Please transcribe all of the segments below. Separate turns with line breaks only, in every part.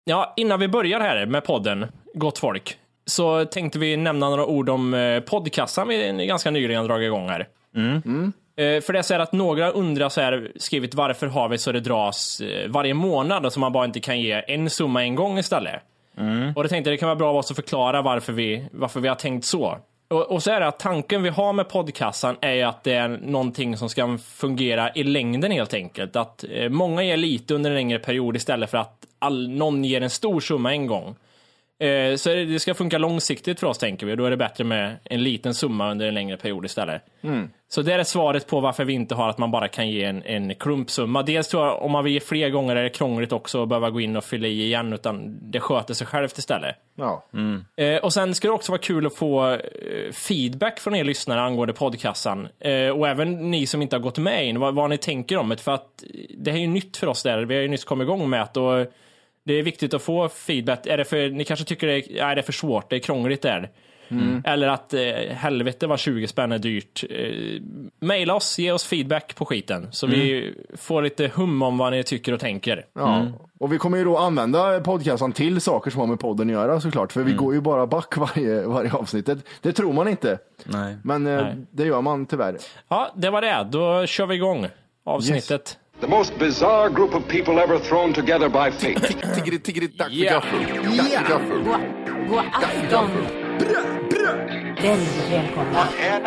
Ja, innan vi börjar här med podden, gott folk, så tänkte vi nämna några ord om podcastan vi ganska nyligen dragit igång här. För det är så här att några undrar så här, skrivit varför har vi så det dras varje månad, så man bara inte kan ge en summa en gång istället. Och det tänkte jag, det kan vara bra att förklara varför vi har tänkt så. Och så är det att tanken vi har med podcastan är att det är någonting som ska fungera i längden helt enkelt. Att många ger lite under en längre period istället för att någon ger en stor summa en gång. Så det ska funka långsiktigt för oss, tänker vi. Då är det bättre med en liten summa under en längre period istället. Så det är svaret på varför vi inte har att man bara kan ge en klumpsumma. Dels tror jag, om man vill ge fler gånger är det krångligt också att behöva gå in och fylla i igen, utan det sköter sig självt istället.
Ja.
Och sen ska det också vara kul att få feedback från er lyssnare angående podcastan. Och även ni som inte har gått med in, vad ni tänker om det. För att det här är ju nytt för oss där. Vi har ju nyss kommit igång med det, och det är viktigt att få feedback. Ni kanske tycker det är för svårt, det är krångligt där. Eller att helvete var 20 spänn är dyrt. Maila oss, ge oss feedback på skiten, så vi får lite hum om vad ni tycker och tänker.
Ja. Och vi kommer ju då använda podcasten till saker som har med podden att göra, såklart. För vi går ju bara back varje avsnittet. Det tror man inte.
Nej.
Men det gör man tyvärr.
Ja, det var det. Då kör vi igång avsnittet.
Yes.
The most bizarre group of people ever thrown together by fate.
Tiggeri, tack för
Ja.
gaffel. Tack för gaffel.
God afton. Väldigt välkomna.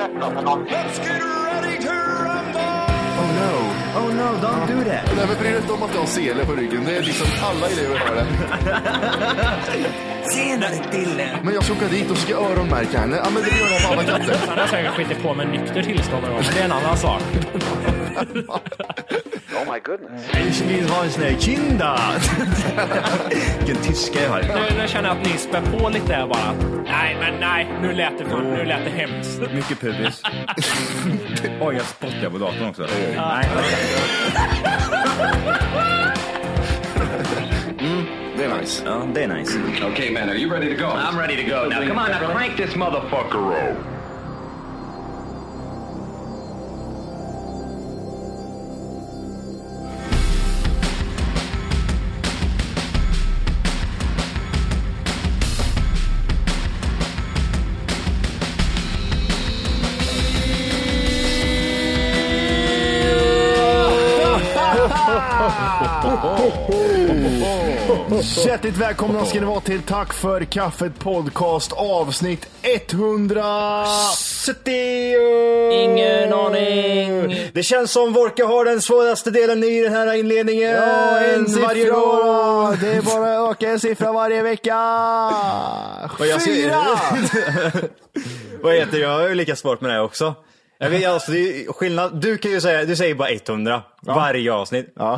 Oh no, don't do that.
Nej, men bryr dig inte om att jag har sele på ryggen. Det är liksom alla elever har det.
Senare Dille.
Men jag ska åka dit och ska öronmärka henne. Ja, men det gör de alla katter.
Han har säkert skitit på med nykter tillstånd, men det är en annan sak.
Oh my goodness.
Ich vill ha en sån här kinda. Vilken tyska jag har.
Nu känner jag att ni spär på lite här bara. Nej, nu lät det hemskt.
Mycket pubis. Oj, jag spottar på datorn också. Nej.
Det är nice.
Ja, det är nice.
Okay, man, are you ready to go?
I'm ready to go. Now, come on, now crank this motherfucker up.
Hjärtligt välkomna ska ni vara till Tack för kaffet podcast avsnitt 170.
Ingen aning.
Det känns som Vorka har den svåraste delen i den här inledningen.
Ja, en
varje
siffra.
gång.
Det är bara att öka en siffra varje vecka.
Vad jag
4.
Vad heter jag? Jag är lika smart med det också. Jag vet, alltså, det är skillnad. Du kan ju säga, du säger bara 100 varje avsnitt.
Ja.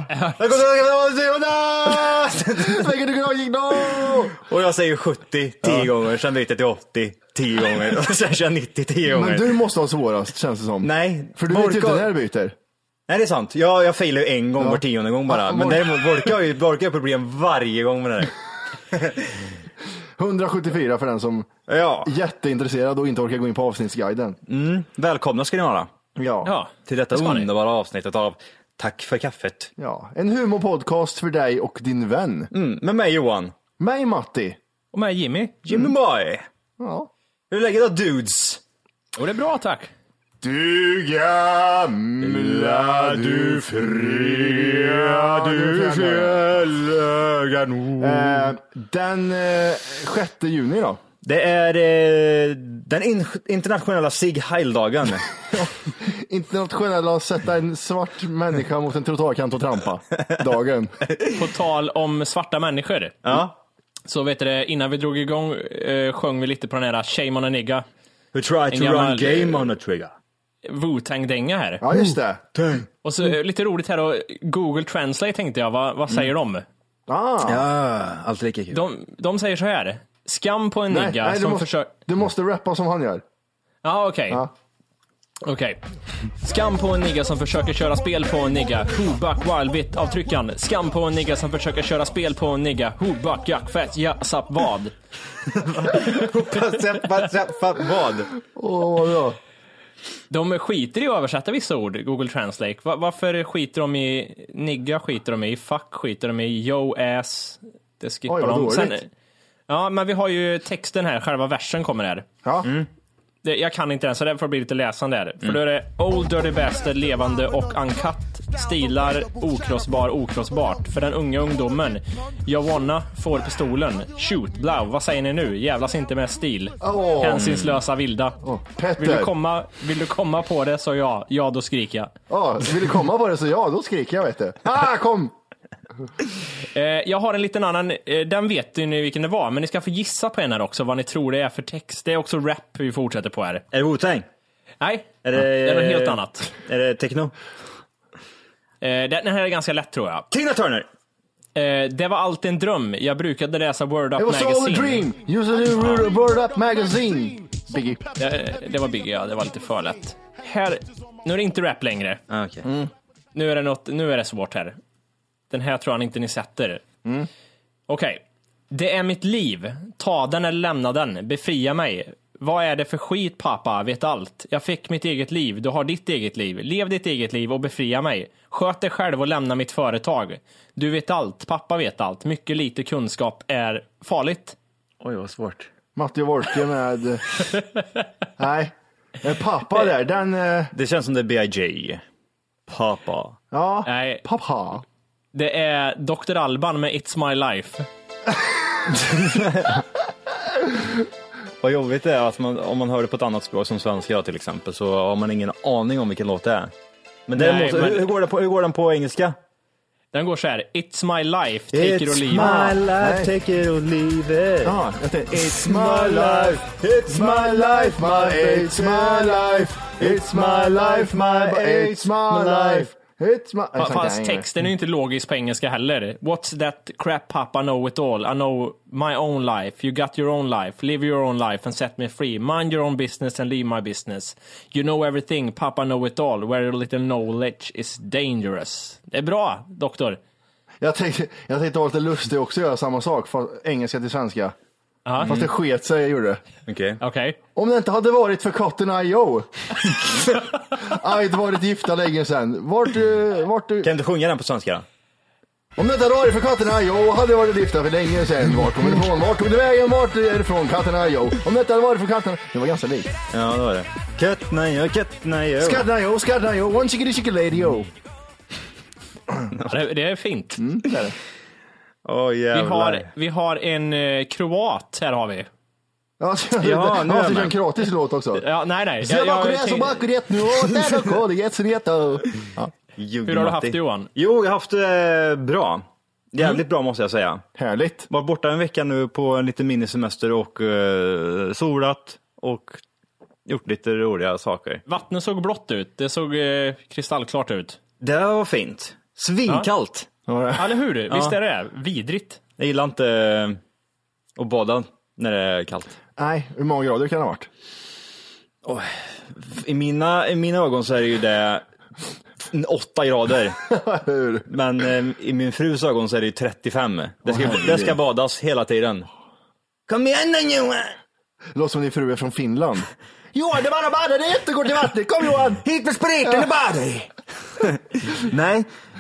Och jag säger 70 10 gånger, sen byter jag till 80 10 gånger och sen kör jag 90 10 gånger.
Men du måste ha svårast, känns det som.
Nej,
för du vet ju inte när du byter.
Nej, det är sant. Jag failar ju en gång var 10:e gång bara. Men däremot Vorka har problem varje gång med det där.
174 för den som är jätteintresserad och inte orkar gå in på avsnittsguiden.
Välkomna ska ni vara.
Ja.
Till detta underbara avsnittet av Tack för kaffet.
Ja, en humorpodcast för dig och din vän.
Med mig Johan.
Mig Matti.
Och med Jimmy.
Jimmy Boy.
Ja.
Hur lägger det dudes?
Och det är bra, tack.
Du gamla, du fria, du fjällöga nord. Den 6 juni då?
Det är den internationella Sig Heil-dagen.
Internationella sätta en svart människa mot en trottoarkant och trampa dagen.
På tal om svarta människor.
Ja.
Så vet du, innan vi drog igång sjöng vi lite på den här Shame on a Nigga.
Who tried to run game on a trigger.
Wu-Tang-dänga här.
Ja, just det.
Och så lite roligt här då, Google Translate tänkte jag, vad säger de?
Ja, allt lika kul.
De säger så här: skam på en nigga som försöker...
Du måste rappa som han gör.
Ja, okej.
Ja.
Okej. Skam på en nigga som försöker köra spel på en nigga. Huback wildbit av tryckan. Skam på en nigga som försöker köra spel på en nigga. Huback jack fett jassap vad.
Vad?
Åh, ja.
De skiter i att översätta vissa ord, Google Translate. Varför skiter de i nigga, skiter de i fuck, skiter de i yo ass? Det skippar
Oj, vad
de. Sen,
dåligt.
ja, men vi har ju texten här, själva versen kommer här.
Ja.
Jag kan inte den, så det får bli lite läsande där. För då är det Old Dirty Bastard, levande och uncut. Stilar, okrossbart. För den unga ungdomen. Jag wanna får pistolen. Shoot, blow, vad säger ni nu? Jävlas inte med stil. Hänsynslösa vilda.
Petter.
Vill du komma på det så ja, då skriker jag.
Ja, vill du komma på det så då skriker jag, vet du. Kom!
Jag har en liten annan, den vet ni vilken det var, men ni ska få gissa på en här också, vad ni tror det är för text. Det är också rap vi fortsätter på här.
Är det Wu-Tang?
Nej,
det
är något helt annat.
Är det techno?
Den här är ganska lätt, tror jag.
Tina Turner!
Det var alltid en dröm. Jag brukade läsa Word Up Magazine.
It was all a dream. You Word Up Magazine. Biggie.
Det var Biggie, ja. Det var lite för lätt. Här, nu är det inte rap längre.
Okay.
Nu är det svårt här. Den här tror jag inte ni sätter. Okej. Det är mitt liv. Ta den eller lämna den. Befria mig. Vad är det för skit, pappa? Vet allt. Jag fick mitt eget liv. Du har ditt eget liv. Lev ditt eget liv och befria mig. Sköt dig själv och lämna mitt företag. Du vet allt. Pappa vet allt. Mycket lite kunskap är farligt.
Oj, vad svårt.
Matti Wolke med... Nej. Pappa där, den...
Det känns som det är B.I.J. Pappa.
Ja,
Nej.
pappa.
Det är Dr. Alban med It's My Life.
Vad jobbigt det är att om man hör det på ett annat språk som svenska till exempel, så har man ingen aning om vilken låt det är. Men däremot, hur går den på engelska?
Den går så här: It's my life, take it or leave it.
It's my life, take it or leave it.
Ja, it's my life, it's my life, it's my life, it's my life, it's my life.
Fast texten är ju inte logisk på engelska heller. What's that crap, papa, know it all. I know my own life. You got your own life. Live your own life and set me free. Mind your own business and leave my business. You know everything, papa, know it all. Where a little knowledge is dangerous. Det är bra, doktor.
Jag tänkte vara lite lustig också, göra samma sak, fast engelska till svenska.
Aha.
Fast det sket sig, jag gjorde det.
Okej.
Om det inte hade varit för Cotton Eye Joe. I'd varit gifta länge sedan. Vart du...
Kan du sjunga den på svenska?
Om det inte hade varit för Cotton Eye Joe hade jag varit gifta för länge sedan. Vart kommer det ifrån? Vart tog det vägen? Vart är det ifrån? Cotton Eye Joe. Om det inte hade varit för Cotton... Det var ganska likt.
Ja, det var det. Cotton Eye Joe.
Cotton Eye Joe. One chickadee lady Joe.
Det är fint.
Det är det.
Vi har en kroat, här har vi.
Ja, nu är det en kroatisk låt också.
Ja, nej.
Hur
har du haft det, Johan?
Jo, jag har haft det bra. Jävligt bra, måste jag säga.
Härligt.
Var borta en vecka nu på en liten minisemester och solat och gjort lite roliga saker.
Vattnet såg blått ut. Det såg kristallklart ut.
Det var fint. Svinkallt.
Eller hur? Visst är det vidrigt?
Jag gillar inte att bada när det är kallt.
Nej, hur många grader kan det ha varit?
I mina ögon så är det ju det 8 grader. Men i min frus ögon så är det ju 35. Det ska badas hela tiden. Kom igen nu, Johan!
Det låter som din fru är från Finland. Johan, det bara bada, det är jättegår till vattnet. Kom Johan, hit med spriten och bada.
Nej,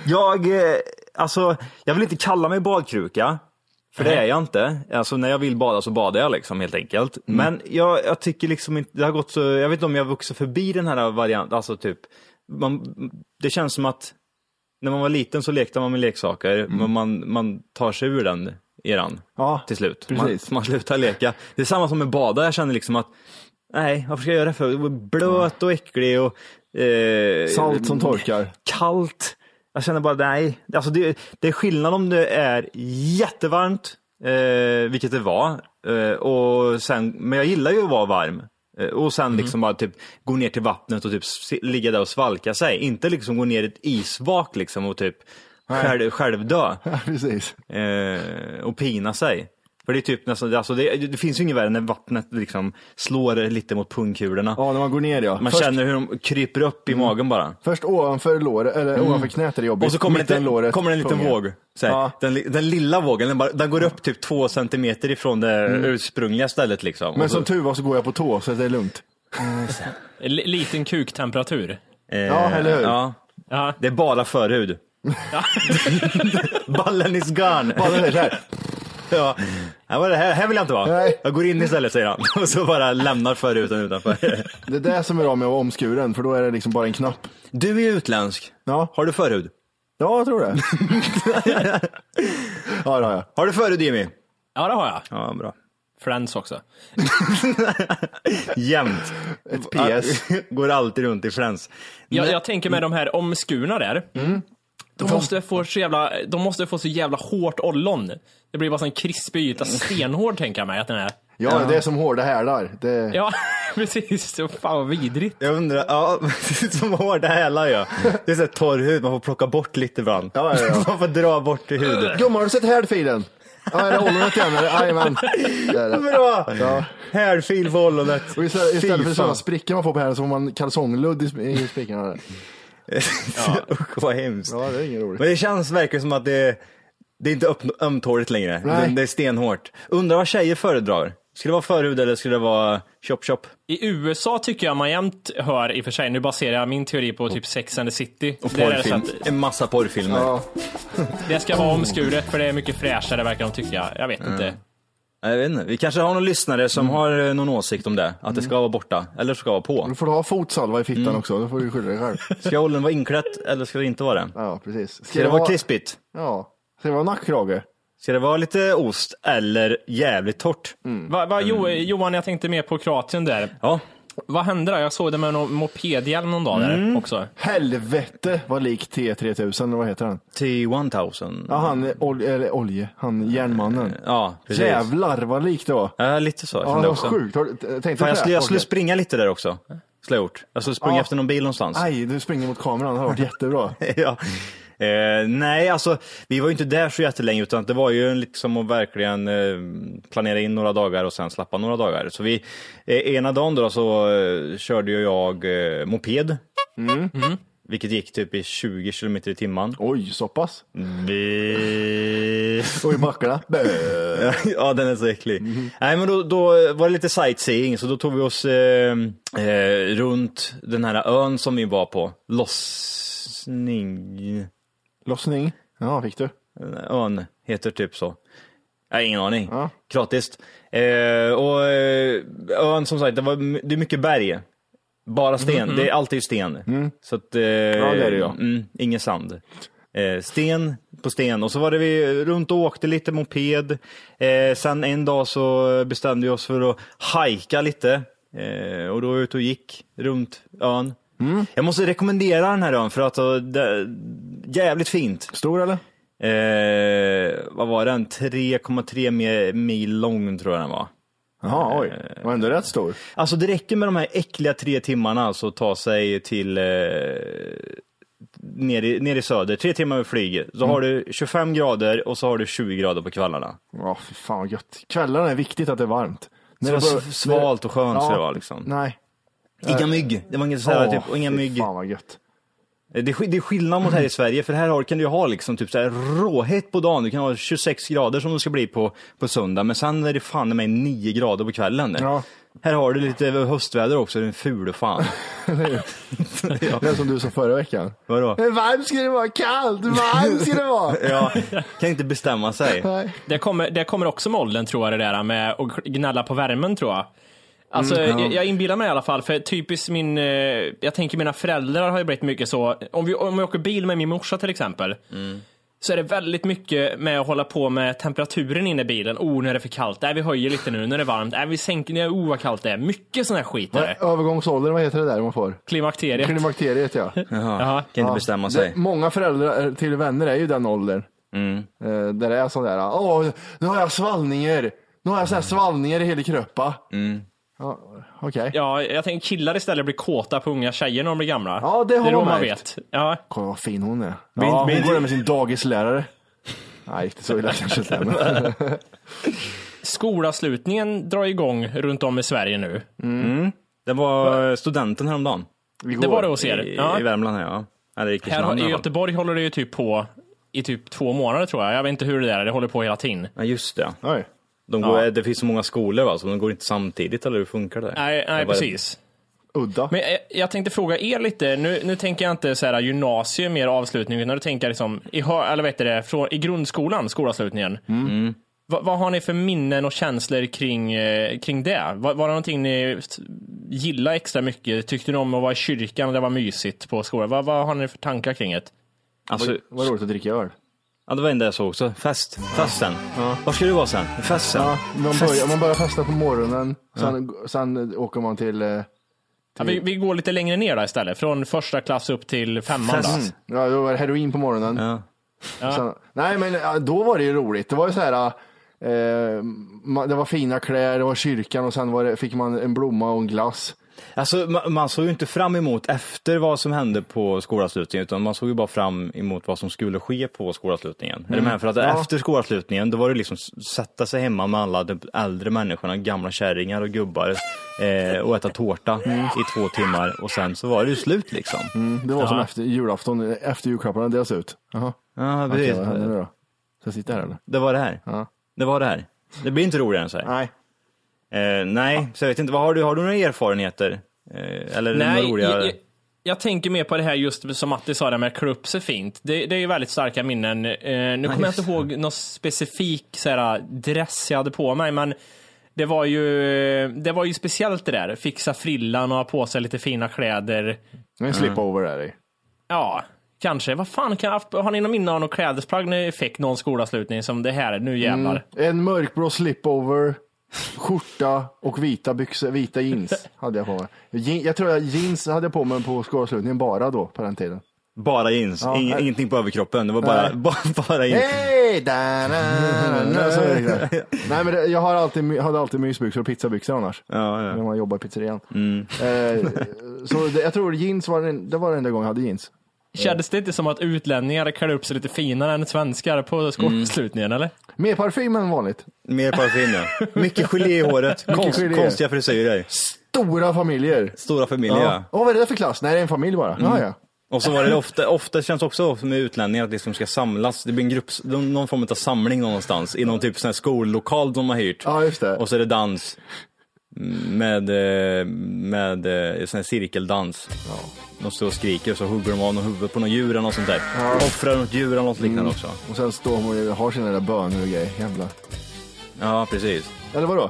jag vill inte kalla mig badkruka. För det är jag inte. Alltså när jag vill bada så badar jag liksom, helt enkelt. Men jag tycker liksom inte, det har gått så, jag vet inte om jag vuxit förbi den här varianten, alltså typ, det känns som att när man var liten så lekte man med leksaker, men man tar sig ur den eran till slut. Man slutar leka. Det är samma som med bada, jag känner liksom att nej, varför ska jag göra det för? Blöt och äcklig och
salt som torkar.
Kallt. Jag känner bara nej. Alltså det är skillnad om det är jättevarmt, vilket det var. Men jag gillar ju att vara varm. Och sen liksom bara typ gå ner till vattnet och typ ligga där och svalka sig. Inte liksom gå ner i ett isvak liksom och typ själv dö.
Ja, precis.
Och pina sig. För det är typ nästan, alltså det finns ju inget värre när vattnet liksom slår lite mot pungkulorna.
Ja, när man går ner, ja.
Man känner hur de kryper upp i magen bara.
Först ovanför låret, eller ovanför knät är det jobbigt.
Och så kommer en liten våg. Ja. Den lilla vågen, den går upp typ 2 centimeter ifrån det ursprungliga stället liksom.
Men som tur var så går jag på tå, så det är lugnt.
Liten kuktemperatur.
Ja, eller hur?
Ja. Det är bara förhud. Ballen is gone.
Ballen är där.
Ja. Ja, det här vill jag inte vara.
Nej.
Jag går in istället, säger han. Och så bara lämnar förrutan utanför.
Det är det som är bra med att vara omskuren, för då är det liksom bara en knapp.
Du är utländsk.
Ja.
Har du förhud?
Ja, jag tror det. Ja, det har jag.
Har du förhud, Jimmy?
Ja, det har jag.
Ja, bra.
Friends också.
Jämt.
Ett PS.
Går alltid runt i Friends.
Jag tänker med de här omskurna där. De måste få så jävla hårt ollon. Det blir bara sån krispig yta, stenhård tänker jag mig att den är.
Ja, det är som hårda hälar. Det...
Ja, precis. Så fan vad vidrigt.
Jag undrar, ja, som hårda hälar ja. Det är så här torr hud, man får plocka bort lite ibland.
Ja.
Man får dra bort i huvudet.
Gumman, har du sett härdfilen? Ja, är det ollonet igen? Jajamän.
Bra!
Ja.
Härdfil på ollonet.
Och istället för sådana sprickor man får på hälen så får man kalsongludd i sprickorna.
Usch, vad hemskt.
Ja, det är ingen roligt.
Men det känns verkligen som att det är inte ömtåligt längre. Det är stenhårt. Undrar vad tjejer föredrar. Ska det vara förhud eller ska det vara chop-chop?
I USA tycker jag man jämt hör, i och för sig, nu baserar jag min teori på typ Sex and the City.
Och
Där är det
porrfilm.
så att
En massa porrfilmer.
Ja.
det ska vara omskuret för det är mycket fräschare verkar de tycka. Jag vet inte.
Jag vet inte. Vi kanske har någon lyssnare som har någon åsikt om det. Att det ska vara borta eller ska vara på.
Då får du ha fotsalva i fittan också, då får du skylla dig själv.
Ska ollen vara inklätt eller ska det inte vara det?
Ja, precis.
Ska det vara krispigt?
Ja. Ska det vara nackkrage?
Ska det vara lite ost eller jävligt torrt?
Johan, jag tänkte mer på Kroatien där.
Ja.
Vad hände då? Jag såg det med någon mopedhjälm någon dag där också.
Helvete vad lik T3000, vad heter han?
T1000.
Ja, han järnmannen.
Ja, precis.
Jävlar vad lik det var.
Ja, lite så.
Ja, det var sjukt.
Fan, jag skulle springa lite där också. Skulle jag gjort. Jag skulle springa efter någon bil någonstans.
Aj, du springer mot kameran, det har varit jättebra.
Ja. Nej, alltså vi var ju inte där så jättelänge utan det var ju liksom att verkligen planera in några dagar och sen slappa några dagar. Så vi, ena dagen då så körde jag moped. Vilket gick typ i 20 km i timmen.
Oj, så pass. Oj, backarna.
Ja, den är så äcklig. Nej, men då var det lite sightseeing. Så då tog vi oss runt den här ön som vi var på.
Lossning? Ja, fick du.
Ön heter typ så. Jag har ingen aning.
Ja.
Kroatiskt. Och ön som sagt, det är mycket berg. Bara sten. Det är alltid sten. Så att,
ja, det är det, ja.
Ingen sand. Sten på sten. Och så var det vi runt och åkte lite moped. Sen en dag så bestämde vi oss för att hajka lite. Och då ut och gick runt ön. Jag måste rekommendera den här ön för att det är jävligt fint.
Stor eller?
Vad var den? 3,3 mil lång tror jag den var.
Jaha, oj. Var ändå rätt stor.
Alltså det räcker med de här äckliga 3 timmarna alltså att ta sig till ner i söder. 3 timmar med flyg. Så har du 25 grader och så har du 20 grader på kvällarna.
Ja, fy fan vad gött. Kvällarna är viktigt att det är varmt.
När det var svalt och skönt så det var liksom.
Nej.
Inga mygg. Det var inget så här, typ, och inga mygg.
Fan vad gött.
Det är skillnad mot här i Sverige, för här kan du ha liksom typ så här råhett på dagen. Du kan ha 26 grader som det ska bli på söndag, men sen är det fan med 9 grader på kvällen.
Ja.
Här har du lite höstväder också, den ful fan.
Det är som du sa förra veckan.
Vadå?
Varmt ska det vara, kallt, varmt ska det vara.
Ja, kan inte bestämma sig.
Nej.
Det kommer också med åldern tror jag, det där med att gnälla på värmen tror jag. Alltså jag inbillar mig i alla fall, för typiskt jag tänker mina föräldrar har ju blivit mycket så, om vi åker bil med min morsa till exempel, så är det väldigt mycket med att hålla på med temperaturen inne i bilen. Nu är det för kallt, vi höjer lite nu, när det är varmt, vi sänker, vad kallt det är. Mycket sån här skit är det.
Övergångsåldern, vad heter det där man får? Klimakteriet, ja.
Jaha, kan inte bestämma sig.
Många föräldrar till vänner är ju den åldern. Där det är sån där, nu har jag svallningar. Nu har jag sån här svallningar i hela kroppen. Ja, okej.
Ja, jag tänker killar istället blir kåta på unga tjejer när de blir gamla.
Ja, det har
är då
man
man
märkt.
vet. Ja.
Kolla vad fin hon är. Ja, hon går där med sin dagislärare. Nej, inte så illa kanske inte.
Skolavslutningen drar igång runt om i Sverige nu.
Det var studenten häromdagen.
Det var det hos er.
I Värmland, ja.
Här i Göteborg håller det ju typ på i typ 2 månader tror jag. Jag vet inte hur det är, det håller på hela tiden.
Ja, just det.
Oj.
Det finns så många skolor va, så de går inte samtidigt, eller hur funkar det?
Nej, precis.
Udda.
Men jag tänkte fråga er lite, nu tänker jag inte så här gymnasium mer avslutning, utan du tänker liksom i grundskolan, skolavslutningen. Vad har ni för minnen och känslor kring det? Var det någonting ni gillade extra mycket? Tyckte ni om att vara i kyrkan och det var mysigt på skolan? Vad har ni för tankar kring det?
Alltså,
Vad roligt att dricka öl.
ja, det var det jag såg också. Festen. Ja. Var ska du vara sen? Festen.
Ja, man börjar festa på morgonen. Sen åker man till...
Ja, vi går lite längre ner då istället. Från första klass upp till 5:an då.
Ja, då var det heroin på morgonen.
Ja.
Sen, nej, men då var det ju roligt. Det var ju så här... det var fina kläder, det var kyrkan och sen fick man en blomma och en glass.
Alltså man såg ju inte fram emot efter vad som hände på skolavslutningen, utan man såg ju bara fram emot vad som skulle ske på skolavslutningen. Är det med? För att efter skolavslutningen då var det liksom sätta sig hemma med alla de äldre människorna, gamla kärringar och gubbar och äta tårta i 2 timmar och sen så var det ju slut liksom.
Det var som efter julafton, efter julklapparna delas ut. Jaha.
Ja, precis.
Okej, vad händer nu då? Så jag sitter här eller?
Det var det här.
Ja.
Det var det här. Det blir inte roligare än så här.
Nej.
Nej, så jag vet inte, har du några erfarenheter? Eller
Nej,
roliga...
jag tänker mer på det här just som Matti sa, det med klubs är fint. Det är ju väldigt starka minnen. Nu kommer jag inte ihåg någon specifik såhär, dress jag hade på mig, men det var ju speciellt det där. Fixa frillan och ha på sig lite fina kläder.
En slipover är det.
Ja, kanske. Vad fan, har ni någon minne av någon klädesplagg när ni fick någon skolavslutning som det här, nu jävlar?
En mörkblå slipover, skjorta och vita jeans hade jag på mig. Jag tror att jeans hade jag på mig på skolavslutningen bara då, på den tiden.
Bara jeans,
Ja,
ingenting på överkroppen, det var bara jeans.
Hej! Nej, men jag hade alltid mysbyxor och pizzabyxor annars.
Ja.
När man jobbar i pizzerian. Så jag tror jeans var den enda gången jag hade jeans.
Kändes det inte som att utlänningar klär upp sig lite finare än svenskar på skolavslutningen, eller?
Mer parfym än vanligt.
Mer parfym, ja. Mycket gelé i håret, konstiga frisyrer.
Stora familjer.
Stora familjer, ja.
Vad är det för klass? Nej, det är en familj bara. Ja.
Och så var det ofta känns också med utlänningar att liksom ska samlas. Det blir en grupp, någon form av samling någonstans i någon typ sån här skollokal de har hyrt.
Ja, just det.
Och så är det dans med sån här cirkeldans. Ja. De står och skriker och så hugger de av någon huvud på någon djur eller något sånt där. Ja. Offrar något djur eller något liknande också.
Och sen står de och har sina där bönor och grejer. Jävla.
Ja, precis.
Eller vadå?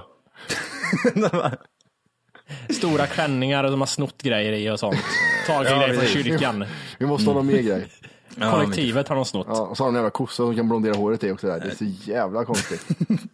Stora klänningar och de har snott grejer i och sånt. Tagit grejer från kyrkan.
Vi måste ha någon mer grej.
Kollektivet har de snott.
Ja, och så har de en jävla kossa som kan blondera håret i också där. Det är så jävla konstigt.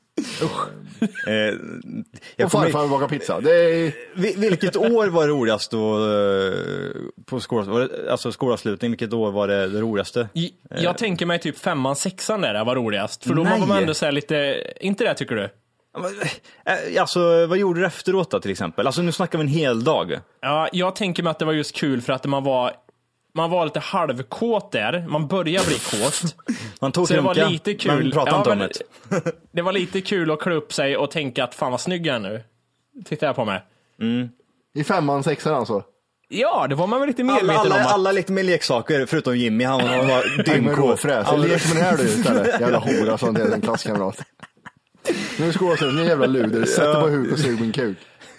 Och farfar bakar pizza. Det är...
Vilket år var det roligast då, på skolavslutning? Vilket år var det roligaste?
Jag tänker mig typ 5:an, 6:an där var roligast. För då var man ändå så lite, inte det tycker du?
Alltså, vad gjorde du efteråt då till exempel? Alltså nu snackar vi en hel dag.
Ja, jag tänker mig att det var just kul för att man var lite halvkåt där. Man började bli kåt.
Man tog
så det var lite kul.
Man pratade inte om det.
Det var lite kul att klä upp sig och tänka att fan vad snygg jag är nu. Tittar jag på mig.
I 5:an, 6:an alltså?
Ja, det var man väl lite medveten om.
Alla lite med leksaker, förutom Jimmy. Han var
dymkåt. Lek med det här du istället. Jävla hora sånt är en klasskamrat. Nu ska jag säga, ni jävla luder. Sätter på huk och sug min kuk.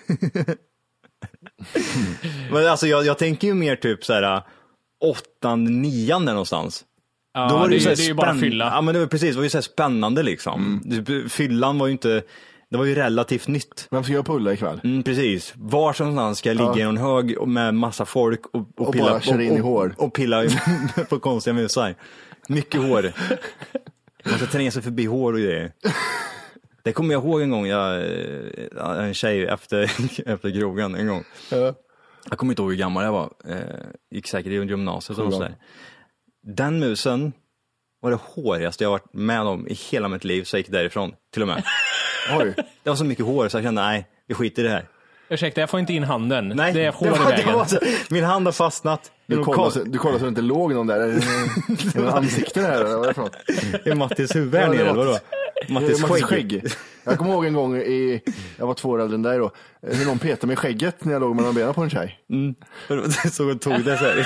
Men alltså jag tänker ju mer typ såhär 8:an, 9:an där någonstans.
Ja, då var det är ju bara fylla.
Ja, men det var precis, det var ju så här spännande liksom. Fyllan var ju inte, det var ju relativt nytt.
Vem ska jag pulla ikväll?
Precis. Var som någonstans ska jag ligga i en hög med massa folk och pilla,
bara köra in i hår.
Och pilla på konstiga musar. Mycket hår. Man ska tränga sig förbi hår och grejer. Det kommer jag ihåg en gång, en tjej efter grogen en gång. Jag kommer inte ihåg hur gammal jag var. Gick säkert i gymnasiet och sådär. Den musen var det hårigaste jag varit med om i hela mitt liv, så jag gick därifrån till och med.
Oj.
Det var så mycket hår så jag kände, nej, vi skiter i det här.
Ursäkta, jag får inte in handen.
Nej,
det är hår i vägen.
Min hand har fastnat.
Du kollar så det inte låg någon där i ansikten här, eller vad är det för något?
Det är Mattis huvud här nere, eller vadå? Mattis skägg.
Jag kommer ihåg en gång jag var 2 år äldre än dig då, hur någon petade mig i skägget när jag låg mellan benen på en tjej.
Så tog det så här.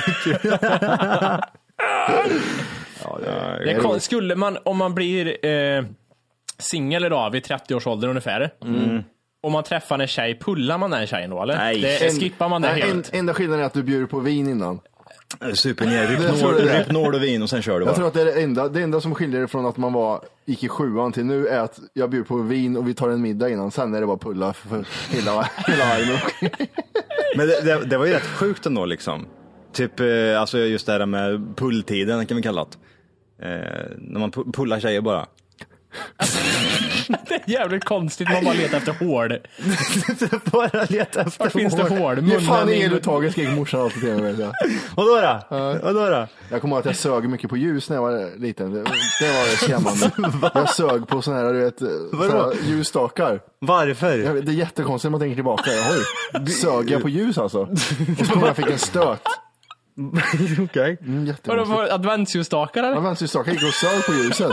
Skulle man, om man blir singel idag vid 30-årsåldern ungefär, om man träffar en tjej, pullar man den tjejen då, eller?
Nej.
Skippar man det helt?
Enda skillnaden är att du bjuder på vin innan.
Super ner, ryck nål och vin och sen kör du bara.
Jag tror att det enda som skiljer det från att man gick i 7:an till nu är att jag bjuder på vin och vi tar en middag innan. Sen är det bara pulla för hela armen.
Men det var ju rätt sjukt ändå liksom. Typ, alltså just det här med pulltiden kan vi kalla det. När man pullar tjejer bara.
Det är jävligt konstigt, man bara letar efter hål.
Bara leta efter
Var finns det hål?
Det är fan eluttaget, skrek morsan alltid till mig.
Vadå då?
Jag kommer ihåg att jag sög mycket på ljus när jag var liten. Det var skrämmande. Jag sög på såna här, du vet, såna ljusstakar.
Varför?
Det är jättekonstigt när man tänker tillbaka. Oj, sög jag på ljus alltså? Och så kom jag fick en stöt.
Okej.
Vadå, för adventsljusstakar eller?
Adventsljusstakar gick och sög på ljusen.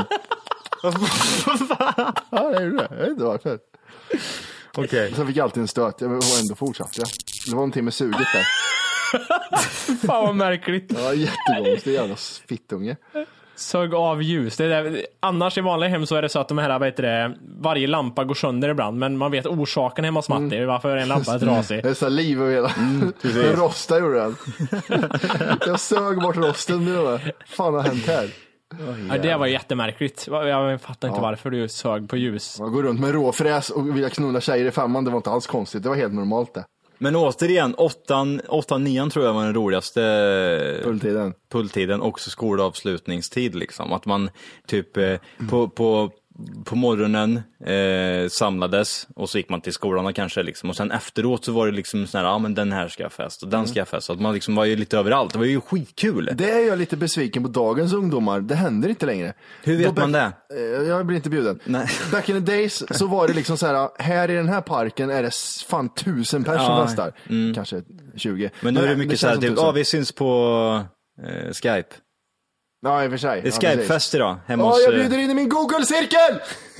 Ja, det gjorde det. Jag vet inte varför.
Okej.
Sen fick jag alltid en stöt. Jag var ändå fortsatt. Ja. Det var någonting med suget där.
Fan vad märkligt.
Ja, jättegångt. Det är jävla fittunge.
Sög av ljus. Det är annars i vanliga hem så är det så att de här, varje lampa går sönder ibland. Men man vet orsaken hemma hos Matti. Varför en lampa är trasig.
Det är så liv och hela. Rosta gjorde den. Jag sög bort rosten nu. Fan har hänt här?
Ja, det var jättemärkligt. Jag fattar inte varför du sög på ljus.
Man går runt med råfräs och vill knulla tjejer i 5:an. Det var inte alls konstigt. Det var helt normalt det.
Men återigen, 8-9 tror jag var den roligaste pulltiden, också skolavslutningstid liksom. Att man typ på morgonen samlades och så gick man till skolan kanske liksom. Och sen efteråt så var det liksom sån här, men den här ska jag fest och den ska jag fest. Så att man liksom var ju lite överallt. Det var ju skitkul.
Det är jag lite besviken på dagens ungdomar. Det händer inte längre.
Hur vet man det?
Jag blir inte bjuden.
Nej.
Back in the days så var det liksom så här i den här parken är det fan 1000 personer som festar. Kanske 20.
Men nu är det mycket så här, typ, vi syns på Skype.
Ja, i och för sig.
Det är Skype-fest idag. Hemma hos,
jag bjuder in i min Google-cirkel!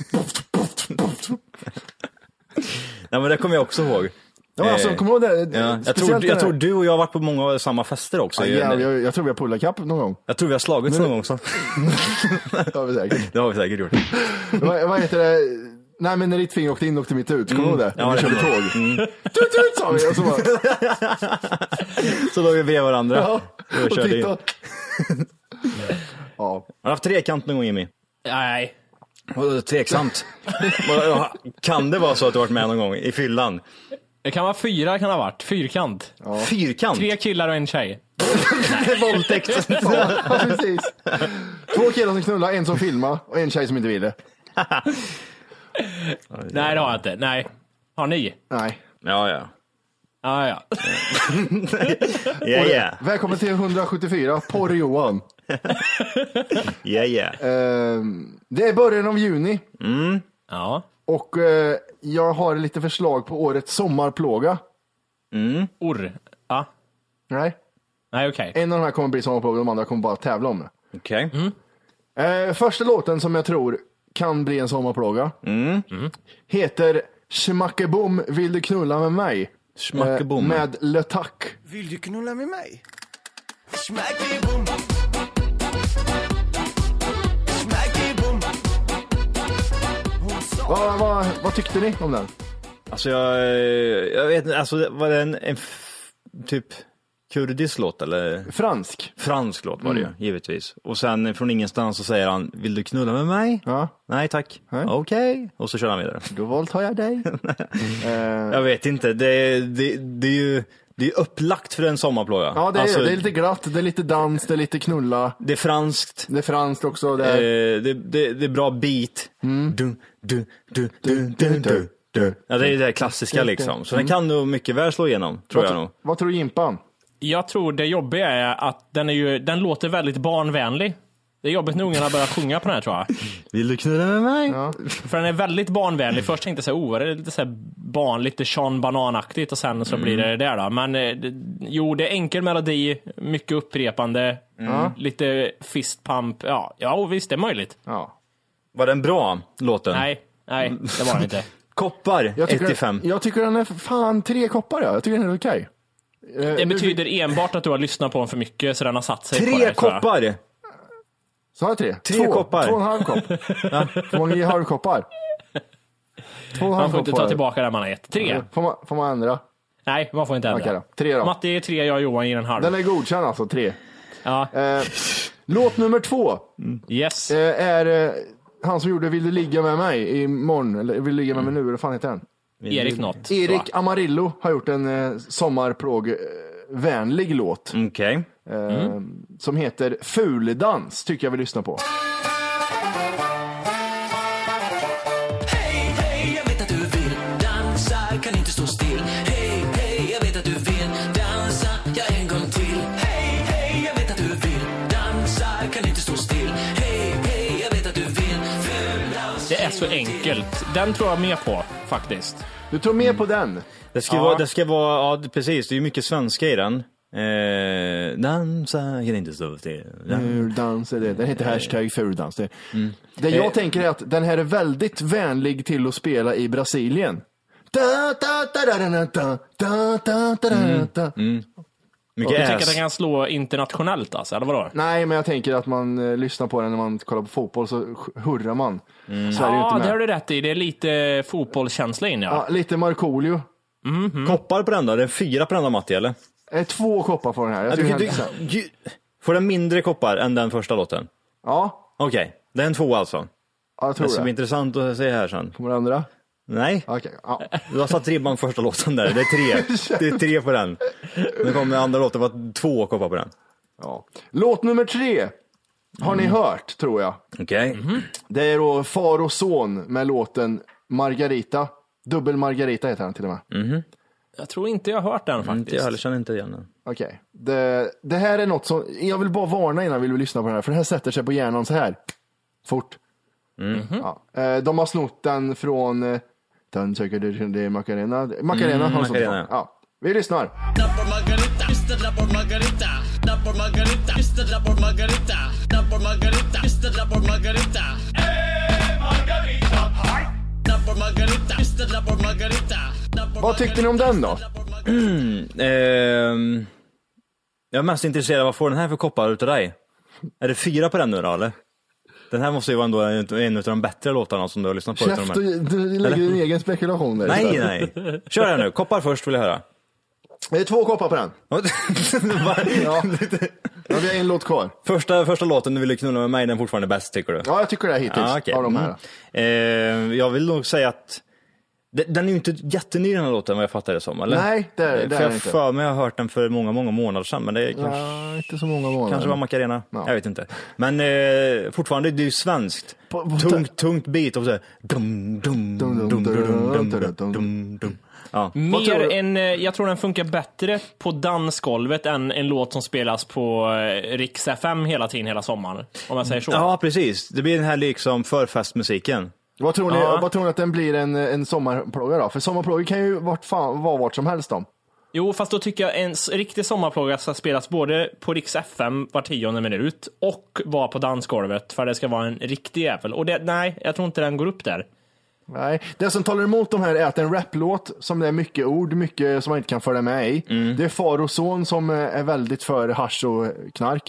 Nej, men det kommer jag också ihåg.
Ja, alltså, kommer du ihåg det?
Ja. Jag tror du och jag har varit på många samma fester också.
Jag tror vi har pullat kapp någon gång.
Jag tror vi har slagits någon gång också.
Det har vi säkert.
Det har vi säkert gjort.
Vad heter det? Nej, men när ditt finger åkte in och mitt ut. Kommer du ihåg det?
Ja,
vi körde tåg. Tut, sa vi. Och så bara...
Så låg vi bredvid varandra.
Ja, och
körde
titta.
In.
Ja.
Har du haft trekant någon gång, Jimmy?
Nej.
Tveksamt. Kan det vara så att du varit med någon gång i fyllan?
Det kan vara 4, kan ha varit. Fyrkant.
Ja. Fyrkant?
3 killar och en tjej.
Våldtäkt.
Ja, precis. 2 killar som knullar, en som filmar och en tjej som inte ville.
Nej, det har jag inte. Nej. Har ni?
Nej.
Ja.
Ja.
Yeah.
Välkommen till 174, Porr Johan.
Yeah.
Det är början av juni.
Ja.
Och jag har lite förslag på årets sommarplåga.
Ja.
Nej,
okej.
en av de här kommer bli sommarplåga, de andra kommer bara tävla om det.
Okej.
Första låten som jag tror kan bli en sommarplåga heter Schmackebom, vill du knulla med mig?
Schmackebom.
Med Le Tac.
Vill du knulla med mig? Schmackebom. Schmackebom.
Vad tyckte ni om den?
Alltså jag vet inte, alltså var det en typ kurdisk låt eller? Fransk låt var det ju, givetvis. Och sen från ingenstans så säger han, vill du knulla med mig?
Ja.
Nej tack. Okej. Och så kör han vidare.
Då våldtar jag dig.
Jag vet inte, det är ju upplagt för en sommarplåga.
Ja, det är lite glatt, det är lite dans, det är lite knulla.
Det är franskt.
Det är franskt också. Det
är bra beat. Ja, det är det klassiska liksom. Så den kan nog mycket väl slå igenom, tror jag nog.
Vad tror du, Jimpan?
Jag tror det jobbiga är att den låter väldigt barnvänlig. Det är jobbigt när ungarna börjar sjunga på den här, tror jag.
Vill du knulla med mig?
Ja.
För den är väldigt barnvänlig. Först tänkte jag så här, det är lite så här lite Sean Banan-aktigt och sen så blir det där då. Men det är enkel melodi, mycket upprepande, lite fist pump. Ja, visst, det är möjligt.
Ja.
Var den bra, låten?
Nej, det var den inte.
Koppar, 1-5.
Jag tycker den är fan 3 koppar, ja. Jag tycker den är okej.
Det betyder enbart att du har lyssnat på den för mycket så den har satt sig
3
på det.
3 koppar!
Så har jag 3?
3 koppar.
2,5 kopp. Får man ge halvkoppar? 2,5
Man får inte
koppar.
ta tillbaka det man har gett. 3.
Får man ändra?
Nej, man får inte ändra.
Okej då. 3 då.
Matti är 3, jag och Johan ger en halv.
Den är godkänd alltså, 3.
Ja.
Låt nummer 2
Yes.
är han som gjorde Vill du ligga med mig imorgon, eller Vill du ligga med mig nu, eller vad fan heter den?
Erik något.
Erik Amarillo har gjort en sommarplåg-vänlig låt
Okej.
som heter Fuledans, tycker jag vi lyssnar på.
Hej, hej, jag vet att du vill dansa, kan inte stå still. Hej, hej, jag vet att du vill dansa, ja en gång till. Hej, hej, jag vet att du vill dansa, kan inte stå still. Hej, hej, jag vet att du vill fuldans.
Det är så enkelt. Den tror jag mer på, faktiskt.
Du tror mer på den?
Det ska vara, ja precis, det är ju mycket svenska i den. Dansa, kan inte stå still.
Fuldans är det. Den heter hashtag Fuledans. Det jag tänker är att den här är väldigt vänlig till att spela i Brasilien.
Mycket
Jag tänker att
ass.
den kan slå internationellt alltså, eller vadå?
Nej, men jag tänker att man lyssnar på den när man kollar på fotboll, så hurrar man. Sverige är inte
Ja,
med.
det har du rätt i. Det är lite fotbollskänsla in,
Ja, lite Markoolio.
Koppar på den då? Det är 4 på den då, Matti, eller?
2 koppar på den här. Jag tycker
Får den mindre koppar än den första låten?
Ja,
Okej, det är en 2 alltså.
jag tror
Det ska bli
det.
intressant att se här sen.
Kommer det andra?
Nej,
Okej, ja.
du har satt ribban första låten där. Det är 3. Det är 3 på den. Nu kommer andra låten, var 2 koppar på den.
Ja. Låt nummer 3 har ni hört, tror jag.
Okej.
Det är då far och son med låten Margarita. Dubbel Margarita heter den till och med.
Jag tror inte jag har hört den
Inte
faktiskt.
jag heller, känner inte igen den.
Okej. Det här är något som, jag vill bara varna innan vi vill lyssna på den här, för det här sätter sig på hjärnan så här. Fort. Ja. De har snott den från den söker det Macarena. Macarena har de snott
Macarena,
från. Ja. Vi lyssnar.
Por Margarita, Mr. por Margarita, por Margarita, Mr. por Margarita, por Margarita, Mr. por Margarita. Margarita, por Margarita, Mr. por Margarita.
Vad tyckte ni om den då?
Jag är mest intresserad av vad får den här för koppar utav dig? Är det 4 på den nu då, eller? Den här måste ju vara ändå en av de bättre låtarna som du har lyssnat på.
Käft, du lägger din egen spekulation där.
Nej. Kör här nu. Koppar först vill jag höra.
Det är 2 koppar på den. Ja. Ja, vi har en låt kvar.
Första låten du ville knulla med mig, den är fortfarande bäst, tycker du?
Ja, jag tycker det är hittills
okej.
av de här.
Jag vill nog säga att den är ju inte jätteny, den här låten, vad jag fattar det som, eller?
Nej, det är
för jag
inte.
för mig, jag har hört den för många månader sedan, men det är kanske,
Inte så många månader.
kanske var Macarena,
Ja.
jag vet inte. Men fortfarande, det är ju svenskt.
På
Tungt beat och så här. Dum. Ja.
Mer än, jag tror den funkar bättre på dansgolvet än en låt som spelas på Rix FM hela tiden, hela sommaren. Om jag säger så.
Ja, precis. Det blir den här liksom förfestmusiken.
Vad tror ni att den blir en sommarplåga då? För sommarplågor kan ju vara vart som helst då.
Jo, fast då tycker jag en riktig sommarplåga ska spelas både på Rix FM var 10:e minut och vara på dansgolvet, för det ska vara en riktig jävel. Och nej, jag tror inte den går upp där.
Nej, det som talar emot de här är att en raplåt som det är mycket ord, mycket som man inte kan följa med i. Det är far och son som är väldigt för hasch och knark.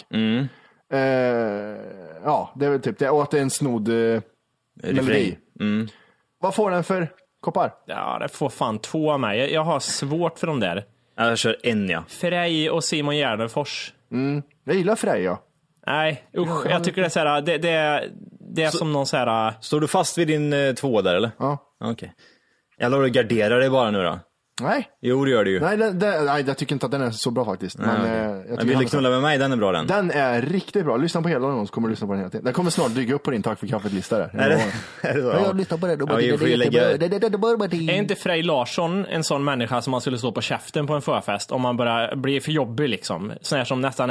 Ja, det är väl typ det. Och att det är en snodd melodi. Vad får den för koppar?
Ja, det får fan 2 av mig. Jag har svårt för de där.
Jag kör en, ja.
Frej och Simon Gärdenfors.
Jag gillar Freja.
Nej, usch, jag tycker det är så här, det är som någon så här.
Står du fast vid din 2 där, eller?
Ja.
Okej. Jag lovar att gardera dig bara nu då.
Nej.
Jo, det gör det ju.
Nej, jag tycker inte att den är så bra faktiskt. Men jag
Men vill du knulla med mig, den är bra den.
Den är riktigt bra. Lyssna på hela den, så kommer du lyssna på den hela tiden. Den kommer snart dyka upp på din Tack för kaffet-lista där.
Är det så?
Jag lyssnar på det.
Ja, vi får ju lägga...
Är inte Frej Larsson en sån människa som man skulle slå på käften på en förfest om man bara blir för jobbig liksom? Sån här som nästan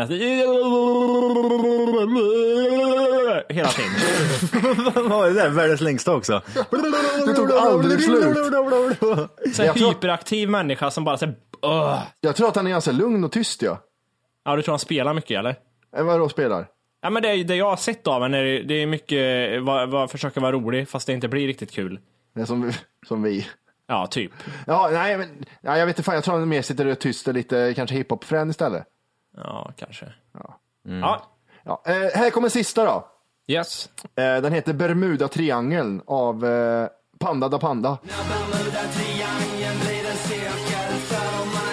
hela tiden.
Vad är det där? Världens längsta också.
Det tog aldrig slut.
Så en hyperaktiv människa som bara säger
Jag tror att han är ganska lugn och tyst, ja.
Ja, du tror han spelar mycket, eller?
Vad då spelar?
Ja, men det jag har sett av henne, det är mycket försöka vara rolig fast det inte blir riktigt kul.
Det är som vi.
Ja, typ.
Ja, nej, men jag vet inte fan. Jag tror han mer sitter och tyst och lite kanske hiphop-frän istället.
Ja, kanske.
Ja.
Ja.
Här kommer sista då.
Yes.
Den heter Bermuda-triangeln av Panda da Panda.
Bermuda-triangeln blir en cirkel för de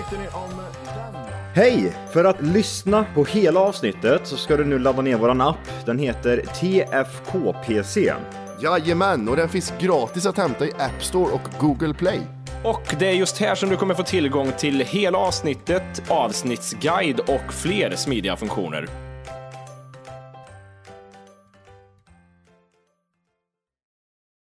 tyckte ni om den?
Hej! För att lyssna på hela avsnittet så ska du nu ladda ner våran app. Den heter TFKPC.
Jajamän, och den finns gratis att hämta i App Store och Google Play.
Och det är just här som du kommer få tillgång till hela avsnittet, avsnittsguide och fler smidiga funktioner.